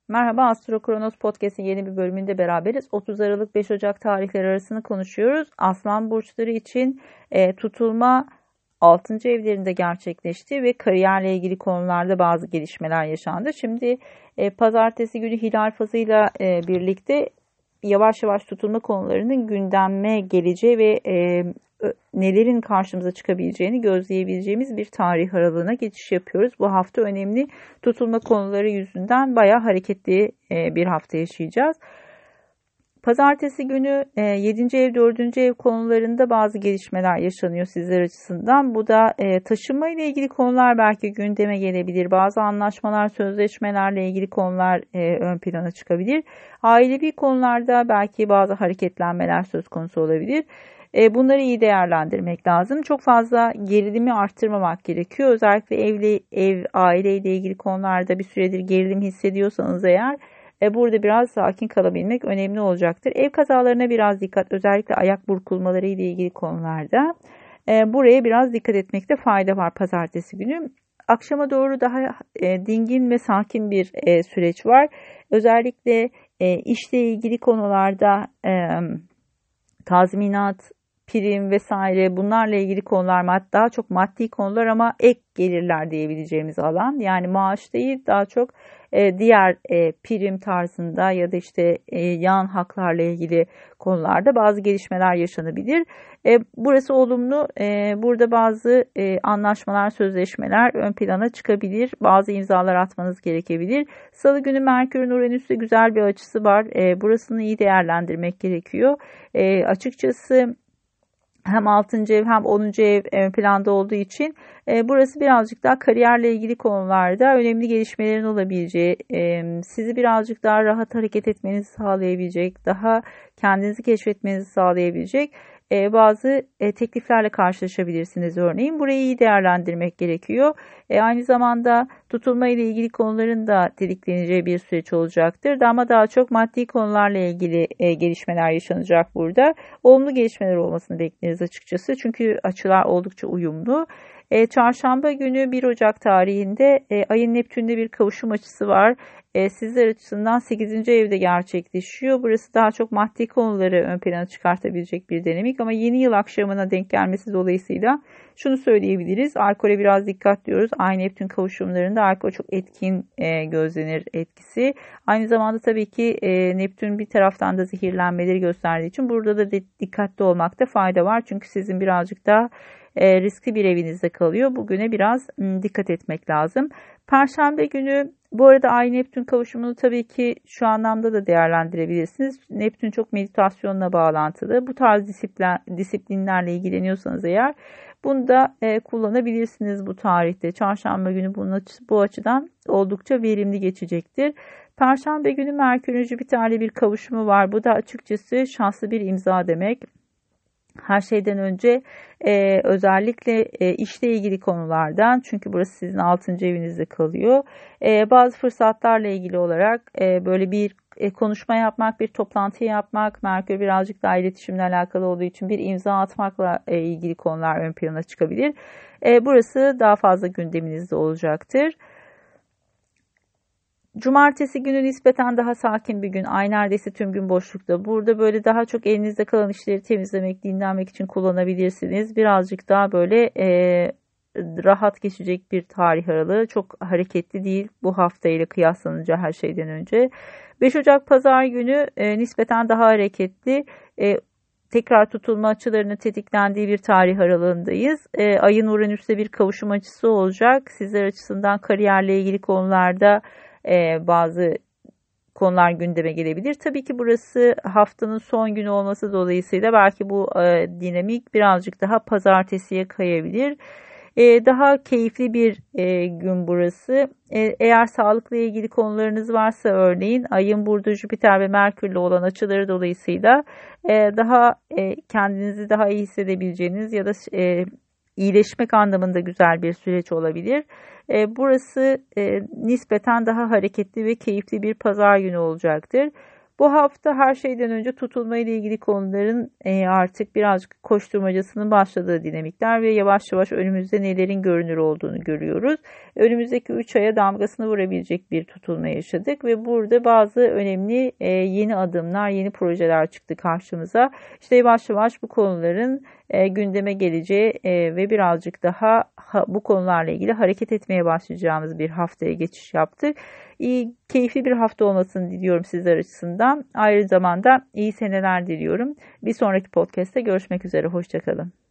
Merhaba, Astro Kronos Podcast'in yeni bir bölümünde beraberiz. 30 Aralık 5 Ocak tarihleri arasını konuşuyoruz. Aslan burçları için tutulma 6. evlerinde gerçekleşti ve kariyerle ilgili konularda bazı gelişmeler yaşandı. Şimdi pazartesi günü hilal fazıyla birlikte yavaş yavaş tutulma konularının gündeme geleceği ve nelerin karşımıza çıkabileceğini gözleyebileceğimiz bir tarih aralığına geçiş yapıyoruz. Bu hafta önemli tutulma konuları yüzünden bayağı hareketli bir hafta yaşayacağız. Pazartesi günü 7. ev 4. ev konularında bazı gelişmeler yaşanıyor sizler açısından. Bu da taşınma ile ilgili konular belki gündeme gelebilir. Bazı anlaşmalar, sözleşmelerle ilgili konular ön plana çıkabilir. Ailevi konularda belki bazı hareketlenmeler söz konusu olabilir. Bunları iyi değerlendirmek lazım. Çok fazla gerilimi arttırmamak gerekiyor. Özellikle aileyle ilgili konularda bir süredir gerilim hissediyorsanız eğer burada biraz sakin kalabilmek önemli olacaktır. Ev kazalarına biraz dikkat, özellikle ayak burkulmaları ile ilgili konularda. Buraya biraz dikkat etmekte fayda var pazartesi günü. Akşama doğru daha dingin ve sakin bir süreç var. Özellikle işle ilgili konularda tazminat, prim vesaire bunlarla ilgili konular daha çok maddi konular ama ek gelirler diyebileceğimiz alan. Yani maaş değil, daha çok diğer prim tarzında ya da işte yan haklarla ilgili konularda bazı gelişmeler yaşanabilir. Burası olumlu. Burada bazı anlaşmalar, sözleşmeler ön plana çıkabilir. Bazı imzalar atmanız gerekebilir. Salı günü Merkür'ün Uranüs'te güzel bir açısı var. Burasını iyi değerlendirmek gerekiyor. Açıkçası hem 6. ev hem 10. ev ön planda olduğu için burası birazcık daha kariyerle ilgili konularda önemli gelişmelerin olabileceği, sizi birazcık daha rahat hareket etmenizi sağlayabilecek, daha kendinizi keşfetmenizi sağlayabilecek bazı tekliflerle karşılaşabilirsiniz örneğin. Burayı iyi değerlendirmek gerekiyor. Aynı zamanda tutulma ile ilgili konuların da tetikleneceği bir süreç olacaktır. Ama daha çok maddi konularla ilgili gelişmeler yaşanacak burada. Olumlu gelişmeler olmasını bekleriz açıkçası. Çünkü açılar oldukça uyumlu. Çarşamba günü 1 Ocak tarihinde Ayın Neptün'de bir kavuşum açısı var. Sizler açısından 8. evde gerçekleşiyor. Burası daha çok maddi konuları ön plana çıkartabilecek bir dinamik ama yeni yıl akşamına denk gelmesi dolayısıyla şunu söyleyebiliriz. Alkole biraz dikkat diyoruz. Ay Neptün kavuşumlarında alkol çok etkin gözlenir etkisi. Aynı zamanda tabii ki Neptün bir taraftan da zehirlenmeleri gösterdiği için burada da dikkatli olmakta fayda var. Çünkü sizin birazcık daha riskli bir evinizde kalıyor. Bugüne biraz dikkat etmek lazım. Perşembe günü bu arada Ay Neptün kavuşumunu tabii ki şu anlamda da değerlendirebilirsiniz. Neptün çok meditasyonla bağlantılı. Bu tarz disiplinlerle ilgileniyorsanız eğer bunu da kullanabilirsiniz bu tarihte. Çarşamba günü bu açıdan oldukça verimli geçecektir. Perşembe günü Merkür Jüpiter'le bir kavuşumu var. Bu da açıkçası şanslı bir imza demek. Her şeyden önce özellikle işle ilgili konulardan, çünkü burası sizin 6. evinizde kalıyor. Bazı fırsatlarla ilgili olarak böyle bir konuşma yapmak, bir toplantı yapmak, Merkür birazcık daha iletişimle alakalı olduğu için bir imza atmakla ilgili konular ön plana çıkabilir. Burası daha fazla gündeminizde olacaktır. Cumartesi günü nispeten daha sakin bir gün. Ay neredeyse tüm gün boşlukta. Burada böyle daha çok elinizde kalan işleri temizlemek, dinlenmek için kullanabilirsiniz. Birazcık daha böyle rahat geçecek bir tarih aralığı. Çok hareketli değil bu hafta ile kıyaslanınca her şeyden önce. 5 Ocak Pazar günü nispeten daha hareketli. Tekrar tutulma açılarının tetiklendiği bir tarih aralığındayız. Ayın Uranüs'te bir kavuşum açısı olacak. Sizler açısından kariyerle ilgili konularda bazı konular gündeme gelebilir. Tabii ki burası haftanın son günü olması dolayısıyla belki bu dinamik birazcık daha pazartesiye kayabilir. Daha keyifli bir gün burası. Eğer sağlıkla ilgili konularınız varsa örneğin ayın burada Jüpiter ve Merkür'le olan açıları dolayısıyla daha kendinizi daha iyi hissedebileceğiniz ya da iyileşmek anlamında güzel bir süreç olabilir. Burası nispeten daha hareketli ve keyifli bir pazar günü olacaktır. Bu hafta her şeyden önce tutulma ile ilgili konuların artık birazcık koşturmacasının başladığı dinamikler ve yavaş yavaş önümüzde nelerin görünür olduğunu görüyoruz. önümüzdeki 3 aya damgasını vurabilecek bir tutulma yaşadık ve burada bazı önemli yeni adımlar, yeni projeler çıktı karşımıza. İşte yavaş yavaş bu konuların gündeme geleceği ve birazcık daha bu konularla ilgili hareket etmeye başlayacağımız bir haftaya geçiş yaptık. İyi, keyifli bir hafta olmasını diliyorum sizler açısından. Aynı zamanda iyi seneler diliyorum. Bir sonraki podcast'te görüşmek üzere. Hoşça kalın.